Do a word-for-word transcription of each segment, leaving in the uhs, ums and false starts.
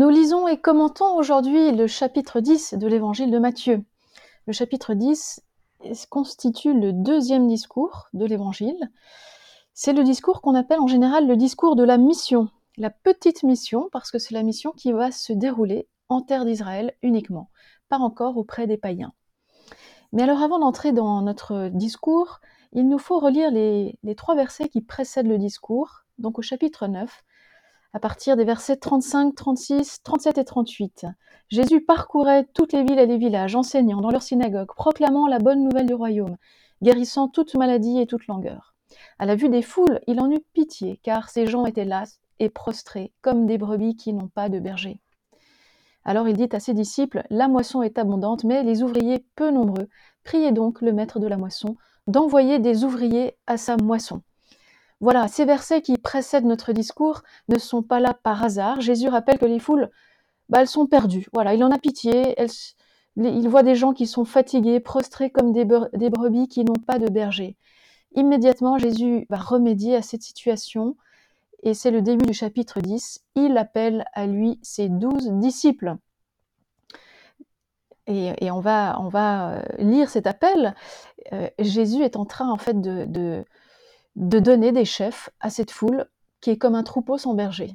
Nous lisons et commentons aujourd'hui le chapitre dix de l'évangile de Matthieu. Le chapitre dix constitue le deuxième discours de l'évangile. C'est le discours qu'on appelle en général le discours de la mission, la petite mission, parce que c'est la mission qui va se dérouler en terre d'Israël uniquement, pas encore auprès des païens. Mais alors avant d'entrer dans notre discours, il nous faut relire les, les trois versets qui précèdent le discours, donc au chapitre neuf, à partir des versets trente-cinq, trente-six, trente-sept et trente-huit. Jésus parcourait toutes les villes et les villages, enseignant dans leurs synagogues, proclamant la bonne nouvelle du royaume, guérissant toute maladie et toute langueur. À la vue des foules, il en eut pitié, car ces gens étaient las et prostrés, comme des brebis qui n'ont pas de berger. Alors il dit à ses disciples, « La moisson est abondante, mais les ouvriers peu nombreux. Priez donc le maître de la moisson d'envoyer des ouvriers à sa moisson. » Voilà, ces versets qui précèdent notre discours ne sont pas là par hasard. Jésus rappelle que les foules, bah, elles sont perdues. Voilà, il en a pitié. Elles, il voit des gens qui sont fatigués, prostrés comme des, bre- des brebis qui n'ont pas de berger. Immédiatement, Jésus va remédier à cette situation. Et c'est le début du chapitre dix. Il appelle à lui ses douze disciples. Et, et on va, on va lire cet appel. Euh, Jésus est en train, en fait, de... de de donner des chefs à cette foule qui est comme un troupeau sans berger.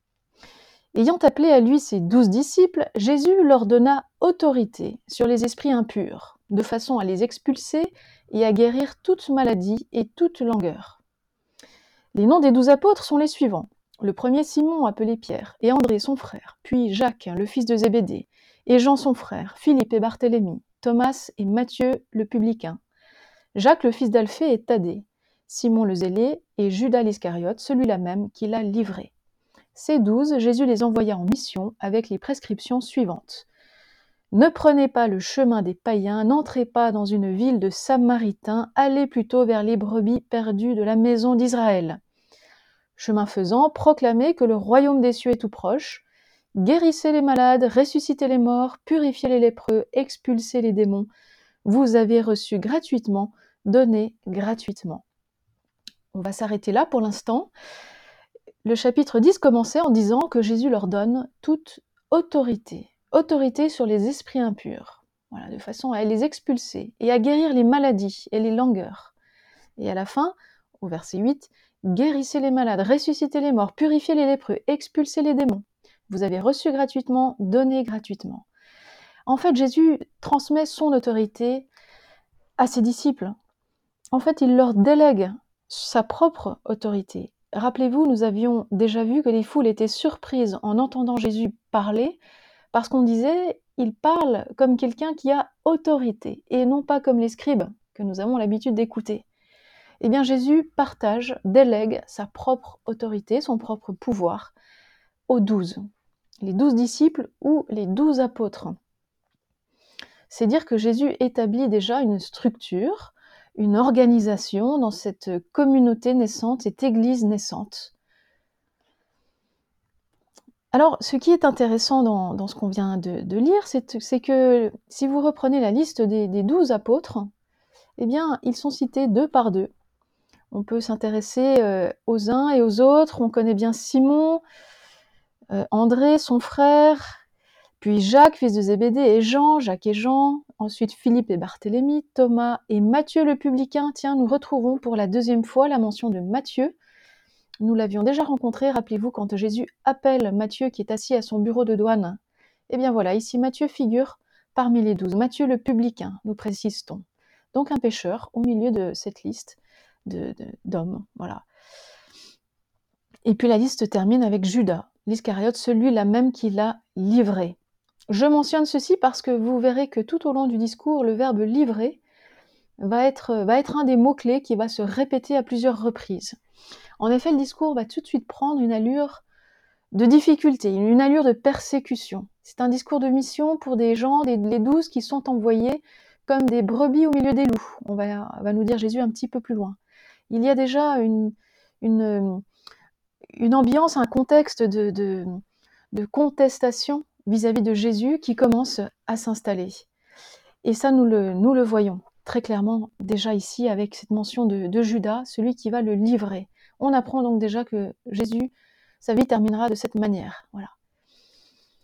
Ayant appelé à lui ses douze disciples, Jésus leur donna autorité sur les esprits impurs, de façon à les expulser et à guérir toute maladie et toute langueur. Les noms des douze apôtres sont les suivants. Le premier, Simon, appelé Pierre, et André, son frère, puis Jacques, le fils de Zébédée, et Jean, son frère, Philippe et Barthélemy, Thomas et Matthieu, le publicain, Jacques, le fils d'Alphée et Thaddée, Simon le zélé et Judas l'Iscariote, celui-là même qui l'a livré. Ces douze, Jésus les envoya en mission avec les prescriptions suivantes. Ne prenez pas le chemin des païens, n'entrez pas dans une ville de Samaritains, allez plutôt vers les brebis perdues de la maison d'Israël. Chemin faisant, proclamez que le royaume des cieux est tout proche, guérissez les malades, ressuscitez les morts, purifiez les lépreux, expulsez les démons. Vous avez reçu gratuitement, donnez gratuitement. On va s'arrêter là pour l'instant. Le chapitre dix commençait en disant que Jésus leur donne toute autorité, autorité sur les esprits impurs, voilà, de façon à les expulser et à guérir les maladies et les langueurs. Et à la fin, au verset huit, guérissez les malades, ressuscitez les morts, purifiez les lépreux, expulsez les démons. Vous avez reçu gratuitement, donnez gratuitement. En fait, Jésus transmet son autorité à ses disciples. En fait, il leur délègue sa propre autorité. Rappelez-vous, nous avions déjà vu que les foules étaient surprises en entendant Jésus parler, parce qu'on disait, il parle comme quelqu'un qui a autorité, et non pas comme les scribes que nous avons l'habitude d'écouter. Eh bien, Jésus partage, délègue sa propre autorité, son propre pouvoir aux douze, les douze disciples ou les douze apôtres. C'est dire que Jésus établit déjà une structure, une organisation dans cette communauté naissante, cette église naissante. Alors, ce qui est intéressant dans, dans ce qu'on vient de, de lire, c'est, c'est que si vous reprenez la liste des, des douze apôtres, eh bien, ils sont cités deux par deux. On peut s'intéresser euh, aux uns et aux autres. On connaît bien Simon, euh, André, son frère, puis Jacques, fils de Zébédée, et Jean, Jacques et Jean, ensuite Philippe et Barthélemy, Thomas et Matthieu le publicain. Tiens, nous retrouvons pour la deuxième fois la mention de Matthieu. Nous l'avions déjà rencontré, rappelez-vous, quand Jésus appelle Matthieu qui est assis à son bureau de douane. Eh bien voilà, ici Matthieu figure parmi les douze. Matthieu le publicain, nous précise-t-on. Donc un pécheur au milieu de cette liste de, de, d'hommes. Voilà. Et puis la liste termine avec Judas, l'Iscariote, celui-là même qui l'a livré. Je mentionne ceci parce que vous verrez que tout au long du discours, le verbe « livrer » va être, va être un des mots-clés qui va se répéter à plusieurs reprises. En effet, le discours va tout de suite prendre une allure de difficulté, une allure de persécution. C'est un discours de mission pour des gens, des, les douze qui sont envoyés comme des brebis au milieu des loups. On va, va nous dire Jésus un petit peu plus loin. Il y a déjà une, une, une ambiance, un contexte de, de, de contestation vis-à-vis de Jésus qui commence à s'installer. Et ça, nous le, nous le voyons très clairement déjà ici avec cette mention de, de Judas, celui qui va le livrer. On apprend donc déjà que Jésus, sa vie terminera de cette manière. Voilà.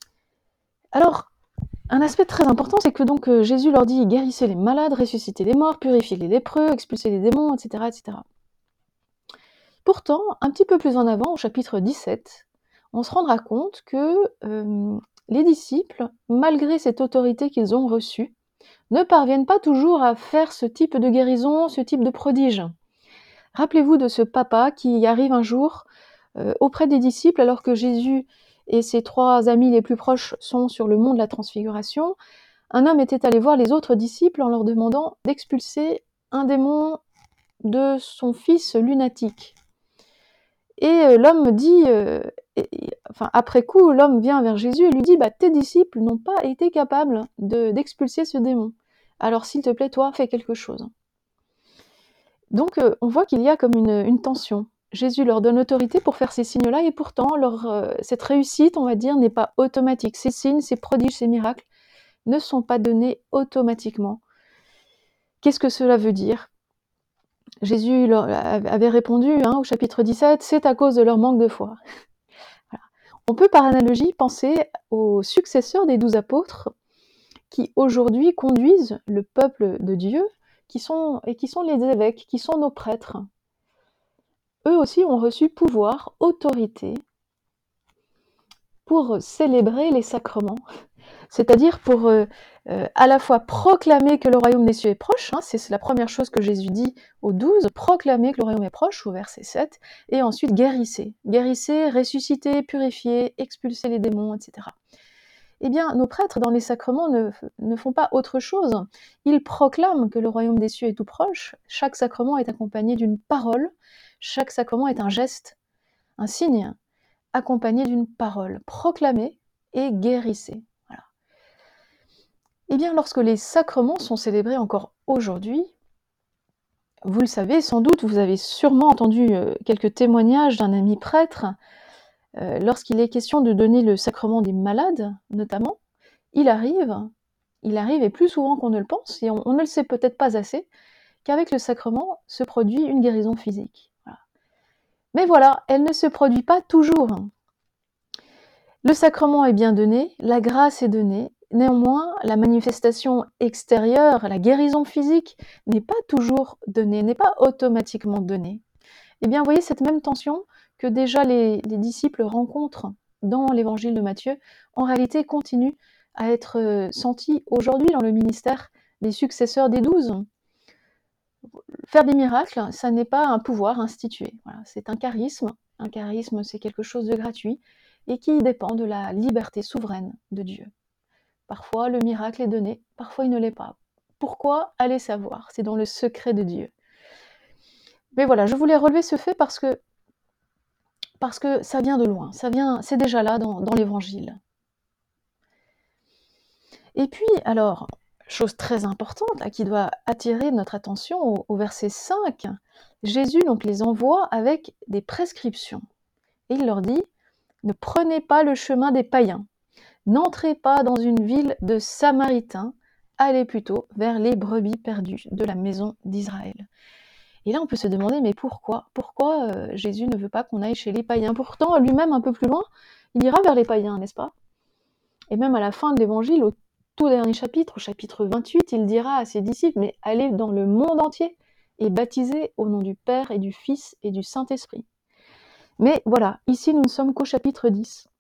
Alors, un aspect très important, c'est que donc euh, Jésus leur dit: guérissez les malades, ressuscitez les morts, purifiez les lépreux, expulsez les démons, et cetera, et cetera. Pourtant, un petit peu plus en avant, au chapitre dix-sept, on se rendra compte que euh, les disciples, malgré cette autorité qu'ils ont reçue, ne parviennent pas toujours à faire ce type de guérison, ce type de prodige. Rappelez-vous de ce papa qui arrive un jour euh, auprès des disciples alors que Jésus et ses trois amis les plus proches sont sur le mont de la Transfiguration. Un homme était allé voir les autres disciples en leur demandant d'expulser un démon de son fils lunatique. Et euh, l'homme dit, euh, et, et, enfin après coup, l'homme vient vers Jésus et lui dit, bah, tes disciples n'ont pas été capables de, d'expulser ce démon. Alors s'il te plaît, toi, fais quelque chose. Donc euh, on voit qu'il y a comme une, une tension. Jésus leur donne autorité pour faire ces signes-là, et pourtant leur, euh, cette réussite, on va dire, n'est pas automatique. Ces signes, ces prodiges, ces miracles ne sont pas donnés automatiquement. Qu'est-ce que cela veut dire ? Jésus leur avait répondu hein, au chapitre dix-sept, c'est à cause de leur manque de foi. Voilà. On peut par analogie penser aux successeurs des douze apôtres qui aujourd'hui conduisent le peuple de Dieu qui sont, et qui sont les évêques, qui sont nos prêtres. Eux aussi ont reçu pouvoir, autorité pour célébrer les sacrements, c'est-à-dire pour euh, euh, à la fois proclamer que le royaume des cieux est proche, hein, c'est la première chose que Jésus dit aux douze, proclamer que le royaume est proche, au verset sept, et ensuite guérissez, guérissez, ressuscitez, purifiez, expulsez les démons, et cetera. Eh bien, nos prêtres dans les sacrements ne, ne font pas autre chose. Ils proclament que le royaume des cieux est tout proche. Chaque sacrement est accompagné d'une parole. Chaque sacrement est un geste, un signe, accompagné d'une parole. Proclamez et guérissez. Voilà. Eh bien, lorsque les sacrements sont célébrés encore aujourd'hui, vous le savez sans doute, vous avez sûrement entendu quelques témoignages d'un ami prêtre, euh, lorsqu'il est question de donner le sacrement des malades, notamment, il arrive, il arrive, et plus souvent qu'on ne le pense, et on, on ne le sait peut-être pas assez, qu'avec le sacrement se produit une guérison physique. Voilà. Mais voilà, elle ne se produit pas toujours. Le sacrement est bien donné, la grâce est donnée, néanmoins, la manifestation extérieure, la guérison physique, n'est pas toujours donnée, n'est pas automatiquement donnée. Eh bien, vous voyez cette même tension que déjà les, les disciples rencontrent dans l'évangile de Matthieu, en réalité continue à être sentie aujourd'hui dans le ministère des successeurs des douze. Faire des miracles, ça n'est pas un pouvoir institué, voilà, c'est un charisme. Un charisme, c'est quelque chose de gratuit et qui dépend de la liberté souveraine de Dieu. Parfois, le miracle est donné, parfois il ne l'est pas. Pourquoi ? Allez savoir, c'est dans le secret de Dieu. Mais voilà, je voulais relever ce fait parce que, parce que ça vient de loin, ça vient, c'est déjà là dans, dans l'Évangile. Et puis, alors, chose très importante là, qui doit attirer notre attention au, au verset cinq, Jésus donc les envoie avec des prescriptions. Et il leur dit, ne prenez pas le chemin des païens, n'entrez pas dans une ville de Samaritains, allez plutôt vers les brebis perdues de la maison d'Israël. Et là, on peut se demander, mais pourquoi Pourquoi euh, Jésus ne veut pas qu'on aille chez les païens ? Pourtant, lui-même, un peu plus loin, il ira vers les païens, n'est-ce pas ? Et même à la fin de l'Évangile, au tout dernier chapitre, au chapitre vingt-huit, il dira à ses disciples, mais allez dans le monde entier et baptisez au nom du Père et du Fils et du Saint-Esprit. Mais voilà, ici nous ne sommes qu'au chapitre dix.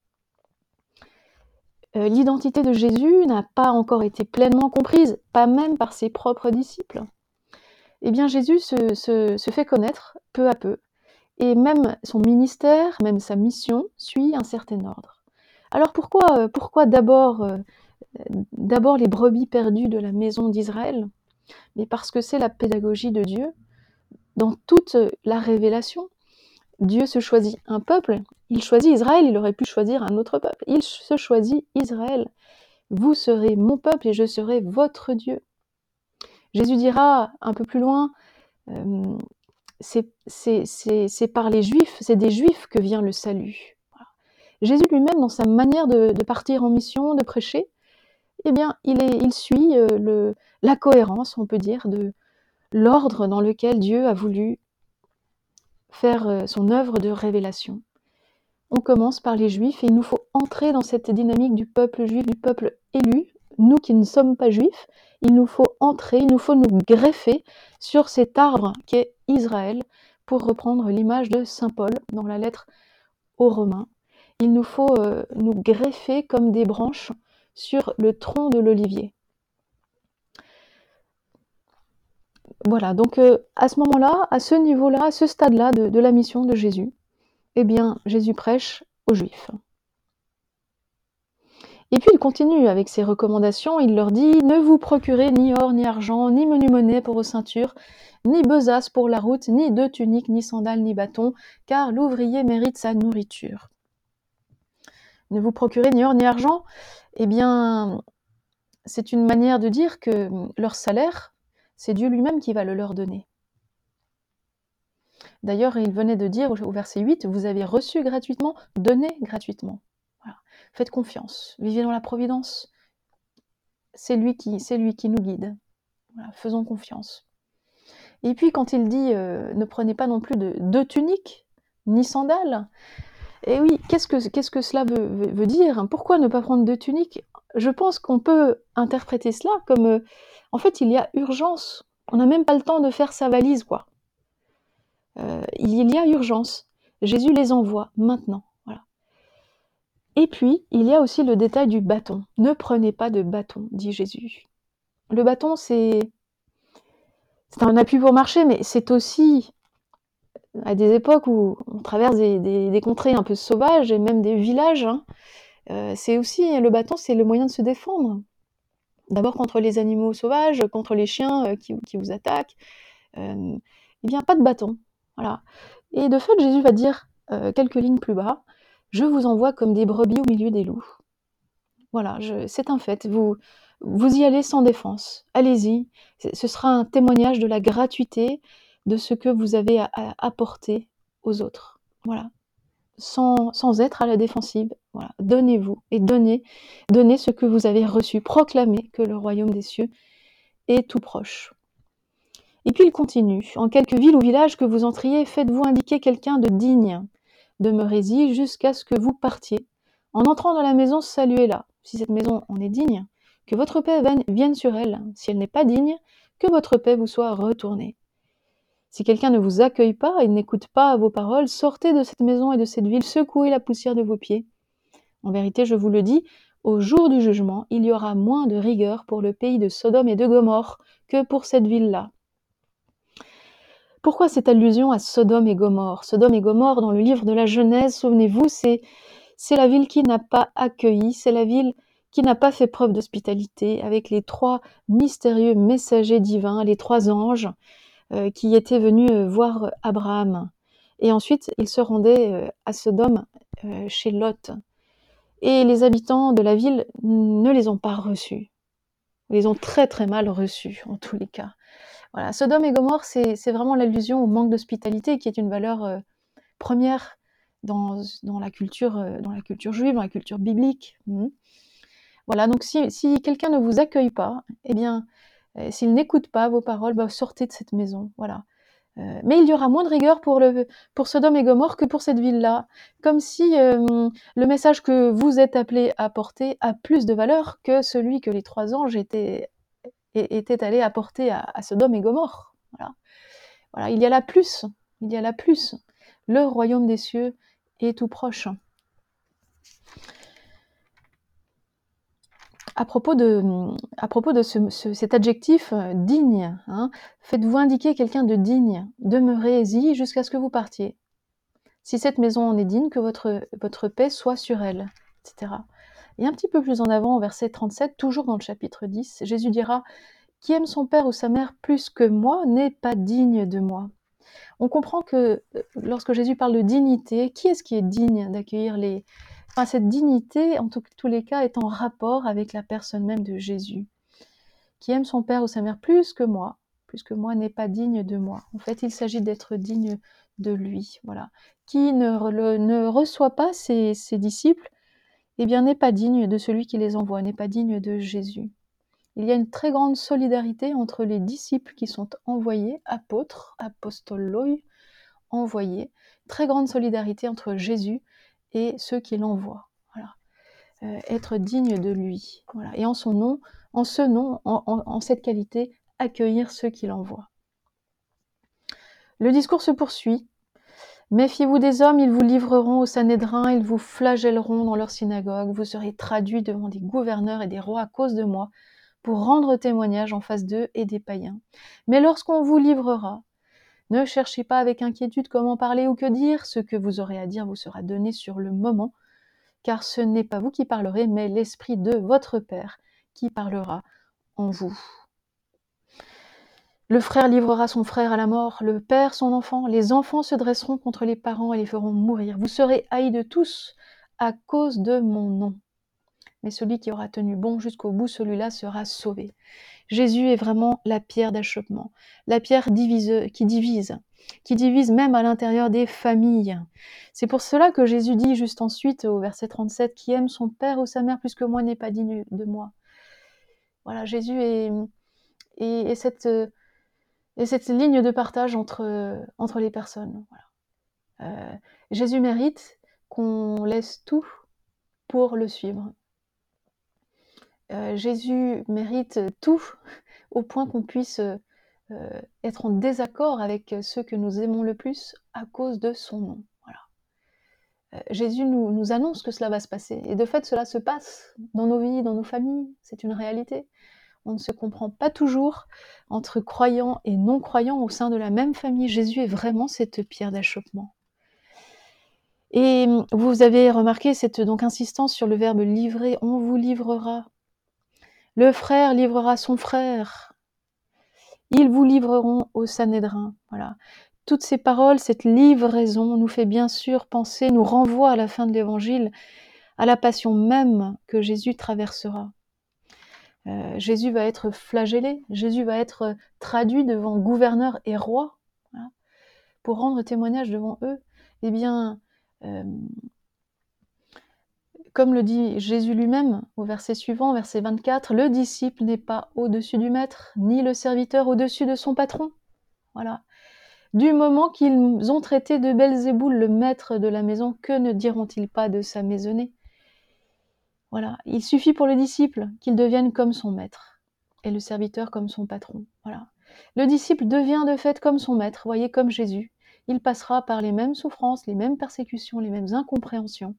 Euh, l'identité de Jésus n'a pas encore été pleinement comprise, pas même par ses propres disciples. Eh bien Jésus se, se, se fait connaître peu à peu, et même son ministère, même sa mission, suit un certain ordre. Alors pourquoi, pourquoi d'abord, euh, d'abord les brebis perdues de la maison d'Israël ? Mais parce que c'est la pédagogie de Dieu dans toute la révélation. Dieu se choisit un peuple, il choisit Israël, il aurait pu choisir un autre peuple. Il se choisit Israël. Vous serez mon peuple et je serai votre Dieu. Jésus dira un peu plus loin, euh, c'est, c'est, c'est, c'est par les Juifs, c'est des Juifs que vient le salut. Voilà. Jésus lui-même, dans sa manière de, de partir en mission, de prêcher, eh bien, il, est, il suit euh, le, la cohérence, on peut dire, de l'ordre dans lequel Dieu a voulu faire euh, son œuvre de révélation. on commence par les Juifs, et il nous faut entrer dans cette dynamique du peuple juif, du peuple élu, nous qui ne sommes pas juifs. Il nous faut entrer, il nous faut nous greffer sur cet arbre qui est Israël, pour reprendre l'image de saint Paul dans la lettre aux Romains. Il nous faut euh, nous greffer comme des branches sur le tronc de l'olivier. Voilà, donc euh, à ce moment-là, à ce niveau-là, à ce stade-là de, de la mission de Jésus, eh bien, Jésus prêche aux Juifs. Et puis il continue avec ses recommandations, il leur dit « Ne vous procurez ni or, ni argent, ni menu monnaie pour vos ceintures, ni besace pour la route, ni deux tuniques, ni sandales, ni bâtons, car l'ouvrier mérite sa nourriture. » Ne vous procurez ni or, ni argent, eh bien, c'est une manière de dire que leur salaire, c'est Dieu lui-même qui va le leur donner. D'ailleurs, il venait de dire au verset huit, « Vous avez reçu gratuitement, donnez gratuitement. » Voilà. Faites confiance, vivez dans la providence. C'est lui qui, c'est lui qui nous guide. Voilà, faisons confiance. Et puis quand il dit euh, « Ne prenez pas non plus de deux tuniques, ni sandales », et oui, qu'est-ce que, qu'est-ce que cela veut, veut, veut dire? Pourquoi ne pas prendre deux tuniques? Je pense qu'on peut interpréter cela comme, euh, en fait, il y a urgence. On n'a même pas le temps de faire sa valise, quoi. Euh, il y a urgence. Jésus les envoie maintenant. Voilà. Et puis, il y a aussi le détail du bâton. Ne prenez pas de bâton, dit Jésus. Le bâton, c'est, c'est un appui pour marcher, mais c'est aussi, à des époques où on traverse des, des, des contrées un peu sauvages, et même des villages, hein, euh, c'est aussi, le bâton, c'est le moyen de se défendre. D'abord contre les animaux sauvages, contre les chiens euh, qui, qui vous attaquent. Euh, eh bien, pas de bâton. Voilà. Et de fait, Jésus va dire euh, quelques lignes plus bas, « Je vous envoie comme des brebis au milieu des loups. » Voilà, je, c'est un fait. Vous, vous y allez sans défense. Allez-y. Ce sera un témoignage de la gratuité de ce que vous avez à, à apporter aux autres. Voilà. Sans, sans être à la défensive. Voilà. Donnez-vous et donnez, donnez ce que vous avez reçu. Proclamez que le royaume des cieux est tout proche. Et puis il continue. En quelque ville ou village que vous entriez, faites-vous indiquer quelqu'un de digne. Demeurez-y jusqu'à ce que vous partiez. En entrant dans la maison, saluez-la. Si cette maison en est digne, que votre paix vienne sur elle. Si elle n'est pas digne, que votre paix vous soit retournée. Si quelqu'un ne vous accueille pas et n'écoute pas vos paroles, sortez de cette maison et de cette ville, secouez la poussière de vos pieds. En vérité, je vous le dis, au jour du jugement, il y aura moins de rigueur pour le pays de Sodome et de Gomorrhe que pour cette ville-là. Pourquoi cette allusion à Sodome et Gomorrhe? Sodome et Gomorrhe, dans le livre de la Genèse, souvenez-vous, c'est, c'est la ville qui n'a pas accueilli, c'est la ville qui n'a pas fait preuve d'hospitalité, avec les trois mystérieux messagers divins, les trois anges, euh, qui étaient venus euh, voir Abraham. Et ensuite, ils se rendaient euh, à Sodome, euh, chez Lot. Et les habitants de la ville ne les ont pas reçus. Ils les ont très très mal reçus, en tous les cas. Voilà, Sodome et Gomorrhe, c'est, c'est vraiment l'allusion au manque d'hospitalité qui est une valeur euh, première dans, dans, la culture, euh, dans la culture juive, dans la culture biblique. Mmh. Voilà, donc si, si quelqu'un ne vous accueille pas, eh bien, euh, s'il n'écoute pas vos paroles, bah, sortez de cette maison. Voilà. Euh, mais il y aura moins de rigueur pour, le, pour Sodome et Gomorrhe que pour cette ville-là. Comme si euh, le message que vous êtes appelés à porter a plus de valeur que celui que les trois anges étaient était allé apporter à, à Sodome et Gomorrhe. Voilà. Voilà, il y a là plus, il y a là plus. Le royaume des cieux est tout proche. À propos de, à propos de ce, ce, cet adjectif euh, digne, hein, faites-vous indiquer quelqu'un de digne, demeurez-y jusqu'à ce que vous partiez. Si cette maison en est digne, que votre, votre paix soit sur elle, et cetera. Et un petit peu plus en avant, au verset trente-sept, toujours dans le chapitre dix, Jésus dira « Qui aime son père ou sa mère plus que moi n'est pas digne de moi. » On comprend que lorsque Jésus parle de dignité, qui est-ce qui est digne d'accueillir les... Enfin, cette dignité, en tout, tous les cas, est en rapport avec la personne même de Jésus. Qui aime son père ou sa mère plus que moi, plus que moi n'est pas digne de moi. En fait, il s'agit d'être digne de lui. Voilà. Qui ne, le, ne reçoit pas ses, ses disciples, eh bien, n'est pas digne de celui qui les envoie, n'est pas digne de Jésus. Il y a une très grande solidarité entre les disciples qui sont envoyés, apôtres, apostoloi, envoyés, très grande solidarité entre Jésus et ceux qui l'envoient. Voilà. Euh, être digne de lui. Voilà. Et en son nom, en ce nom, en, en, en cette qualité, accueillir ceux qui l'envoient. Le discours se poursuit. Méfiez-vous des hommes, ils vous livreront au Sanhédrin, ils vous flagelleront dans leur synagogue, vous serez traduits devant des gouverneurs et des rois à cause de moi, pour rendre témoignage en face d'eux et des païens. Mais lorsqu'on vous livrera, ne cherchez pas avec inquiétude comment parler ou que dire, ce que vous aurez à dire vous sera donné sur le moment, car ce n'est pas vous qui parlerez, mais l'Esprit de votre Père qui parlera en vous. Le frère livrera son frère à la mort, le père son enfant, les enfants se dresseront contre les parents et les feront mourir. Vous serez haïs de tous à cause de mon nom. Mais celui qui aura tenu bon jusqu'au bout, celui-là sera sauvé. Jésus est vraiment la pierre d'achoppement, la pierre divise, qui divise, qui divise même à l'intérieur des familles. C'est pour cela que Jésus dit juste ensuite au verset trente-sept, « Qui aime son père ou sa mère plus que moi n'est pas digne de moi. » Voilà, Jésus est, est, est cette... Et cette ligne de partage entre, entre les personnes. Voilà. Euh, Jésus mérite qu'on laisse tout pour le suivre. Euh, Jésus mérite tout au point qu'on puisse euh, être en désaccord avec ceux que nous aimons le plus à cause de son nom. Voilà. Euh, Jésus nous, nous annonce que cela va se passer. Et de fait, cela se passe dans nos vies, dans nos familles. C'est une réalité. On ne se comprend pas toujours entre croyants et non-croyants au sein de la même famille. Jésus est vraiment cette pierre d'achoppement. Et vous avez remarqué cette donc insistance sur le verbe livrer. On vous livrera. Le frère livrera son frère. Ils vous livreront au Sanhédrin. Voilà. Toutes ces paroles, cette livraison nous fait bien sûr penser, nous renvoie à la fin de l'Évangile, à la passion même que Jésus traversera. Euh, Jésus va être flagellé, Jésus va être traduit devant gouverneurs et rois, voilà, pour rendre témoignage devant eux. Eh bien, euh, comme le dit Jésus lui-même au verset suivant, verset vingt-quatre, « Le disciple n'est pas au-dessus du maître, ni le serviteur au-dessus de son patron. » Voilà. Du moment qu'ils ont traité de Belzéboul, le maître de la maison, que ne diront-ils pas de sa maisonnée? Voilà. Il suffit pour le disciple qu'il devienne comme son maître, et le serviteur comme son patron. Voilà. Le disciple devient de fait comme son maître, voyez, comme Jésus. Il passera par les mêmes souffrances, les mêmes persécutions, les mêmes incompréhensions,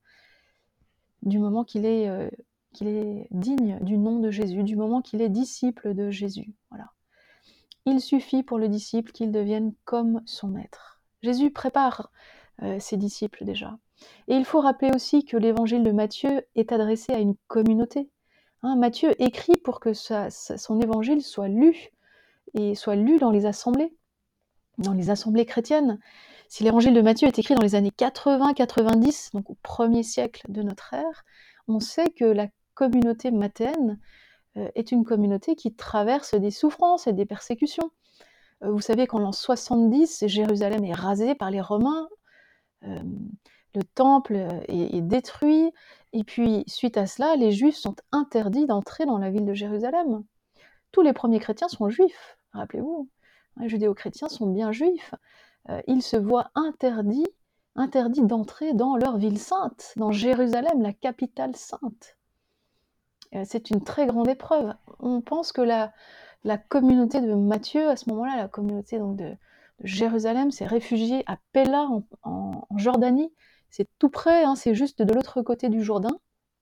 du moment qu'il est, euh, qu'il est digne du nom de Jésus, du moment qu'il est disciple de Jésus. Voilà. Il suffit pour le disciple qu'il devienne comme son maître. Jésus prépare euh, ses disciples déjà. Et il faut rappeler aussi que l'évangile de Matthieu est adressé à une communauté. Hein, Matthieu écrit pour que sa, sa, son évangile soit lu, et soit lu dans les assemblées, dans les assemblées chrétiennes. Si l'évangile de Matthieu est écrit dans les années quatre-vingts quatre-vingt-dix, donc au premier siècle de notre ère, on sait que la communauté mathéenne euh, est une communauté qui traverse des souffrances et des persécutions. Euh, vous savez qu'en l'an soixante-dix, Jérusalem est rasée par les Romains, euh, le temple est, est détruit, et puis suite à cela, les Juifs sont interdits d'entrer dans la ville de Jérusalem. Tous les premiers chrétiens sont juifs, rappelez-vous. Les judéo-chrétiens sont bien juifs. Euh, ils se voient interdits, interdits d'entrer dans leur ville sainte, dans Jérusalem, la capitale sainte. Euh, c'est une très grande épreuve. On pense que la, la communauté de Matthieu, à ce moment-là, la communauté donc de, de Jérusalem, s'est réfugiée à Pella, en, en, en Jordanie. C'est tout près, hein, c'est juste de l'autre côté du Jourdain.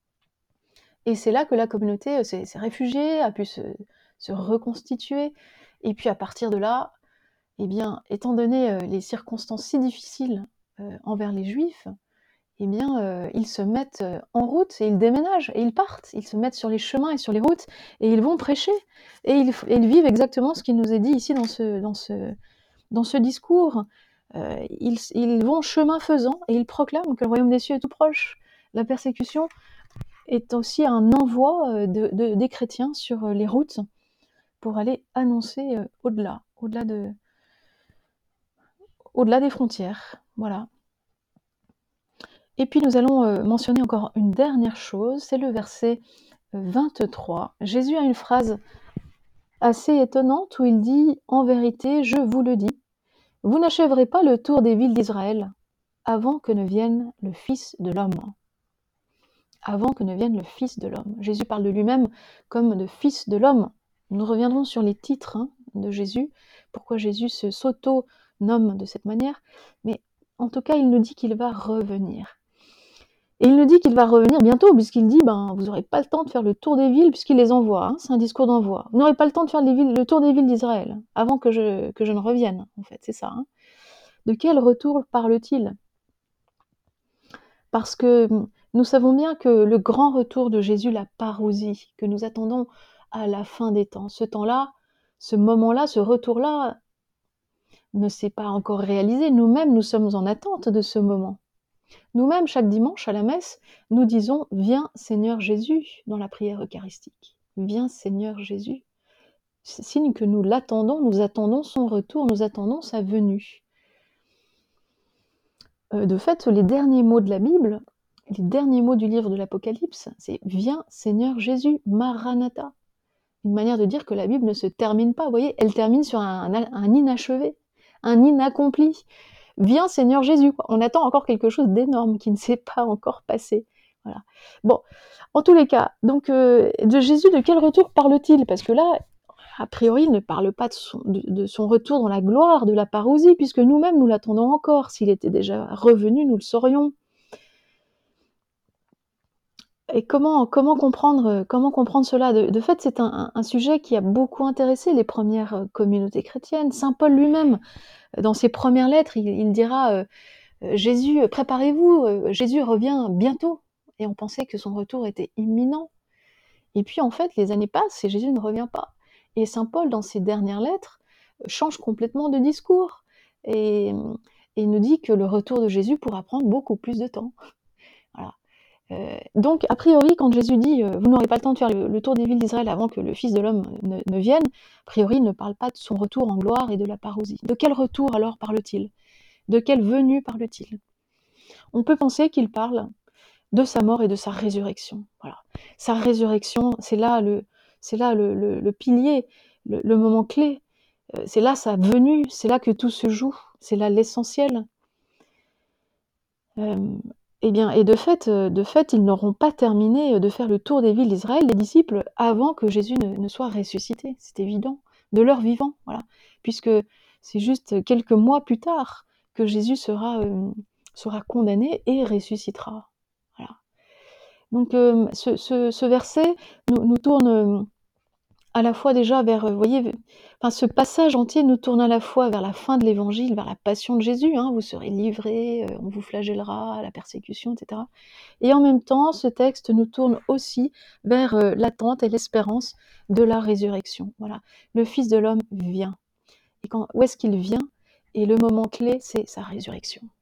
Et c'est là que la communauté s'est, s'est réfugiée, a pu se, se reconstituer. Et puis à partir de là, eh bien, étant donné euh, les circonstances si difficiles euh, envers les Juifs, eh bien, euh, ils se mettent euh, en route et ils déménagent et ils partent. Ils se mettent sur les chemins et sur les routes et ils vont prêcher. Et ils, et ils vivent exactement ce qui nous est dit ici dans ce, dans ce, dans ce discours. Euh, ils, ils vont chemin faisant et ils proclament que le royaume des cieux est tout proche. La persécution est aussi un envoi de, de, des chrétiens sur les routes pour aller annoncer euh, au-delà, au-delà de, au-delà des frontières. Voilà. Et puis nous allons euh, mentionner encore une dernière chose, c'est le verset vingt-trois. Jésus a une phrase assez étonnante où il dit « En vérité, je vous le dis, vous n'achèverez pas le tour des villes d'Israël avant que ne vienne le Fils de l'homme. Avant que ne vienne le Fils de l'homme. Jésus parle de lui-même comme de Fils de l'homme. Nous reviendrons sur les titres hein, de Jésus, pourquoi Jésus se s'auto-nomme de cette manière, mais en tout cas, il nous dit qu'il va revenir. Et il nous dit qu'il va revenir bientôt, puisqu'il dit, ben, vous n'aurez pas le temps de faire le tour des villes, puisqu'il les envoie, hein, c'est un discours d'envoi. Vous n'aurez pas le temps de faire les villes, le tour des villes d'Israël, avant que je, que je ne revienne, en fait, c'est ça. Hein. De quel retour parle-t-il? Parce que nous savons bien que le grand retour de Jésus, la parousie, que nous attendons à la fin des temps, ce temps-là, ce moment-là, ce retour-là, ne s'est pas encore réalisé. Nous-mêmes, nous sommes en attente de ce moment. Nous-mêmes, chaque dimanche à la messe, nous disons « Viens Seigneur Jésus » dans la prière eucharistique. « Viens Seigneur Jésus ». C'est signe que nous l'attendons, nous attendons son retour, nous attendons sa venue. Euh, de fait, les derniers mots de la Bible, les derniers mots du livre de l'Apocalypse, c'est « Viens Seigneur Jésus, Maranatha ». Une manière de dire que la Bible ne se termine pas, vous voyez, elle termine sur un, un, un inachevé, un inaccompli. Viens Seigneur Jésus, quoi. On attend encore quelque chose d'énorme qui ne s'est pas encore passé. Voilà. Bon, en tous les cas, donc euh, de Jésus, de quel retour parle-t-il? Parce que là, a priori, il ne parle pas de son, de, de son retour dans la gloire, de la parousie, puisque nous-mêmes, nous l'attendons encore. S'il était déjà revenu, nous le saurions. Et comment, comment, comprendre, comment comprendre cela? De, de fait, c'est un, un sujet qui a beaucoup intéressé les premières communautés chrétiennes. Saint Paul lui-même, dans ses premières lettres, il, il dira euh, « Jésus, préparez-vous, euh, Jésus revient bientôt ». Et on pensait que son retour était imminent. Et puis en fait, les années passent et Jésus ne revient pas. Et Saint Paul, dans ses dernières lettres, change complètement de discours. Et, et il nous dit que le retour de Jésus pourra prendre beaucoup plus de temps. Voilà. Euh, donc, a priori, quand Jésus dit euh, « Vous n'aurez pas le temps de faire le, le tour des villes d'Israël avant que le Fils de l'homme ne, ne vienne », a priori, il ne parle pas de son retour en gloire et de la parousie. De quel retour alors parle-t-il? De quelle venue parle-t-il? On peut penser qu'il parle de sa mort et de sa résurrection. Voilà. Sa résurrection, c'est là le, c'est là le, le, le pilier, le, le moment clé. Euh, c'est là sa venue, c'est là que tout se joue, c'est là l'essentiel. Euh, Eh bien, et de fait, de fait, ils n'auront pas terminé de faire le tour des villes d'Israël, les disciples, avant que Jésus ne, ne soit ressuscité. C'est évident, de leur vivant, voilà. Puisque c'est juste quelques mois plus tard que Jésus sera, euh, sera condamné et ressuscitera. Voilà. Donc, euh, ce, ce, ce verset nous, nous tourne à la fois déjà vers, vous voyez, enfin, ce passage entier nous tourne à la fois vers la fin de l'évangile, vers la passion de Jésus, hein, vous serez livrés, euh, on vous flagellera, la persécution, et cetera. Et en même temps, ce texte nous tourne aussi vers euh, l'attente et l'espérance de la résurrection. Voilà, le Fils de l'homme vient. Et quand, où est-ce qu'il vient? Et le moment clé, c'est sa résurrection.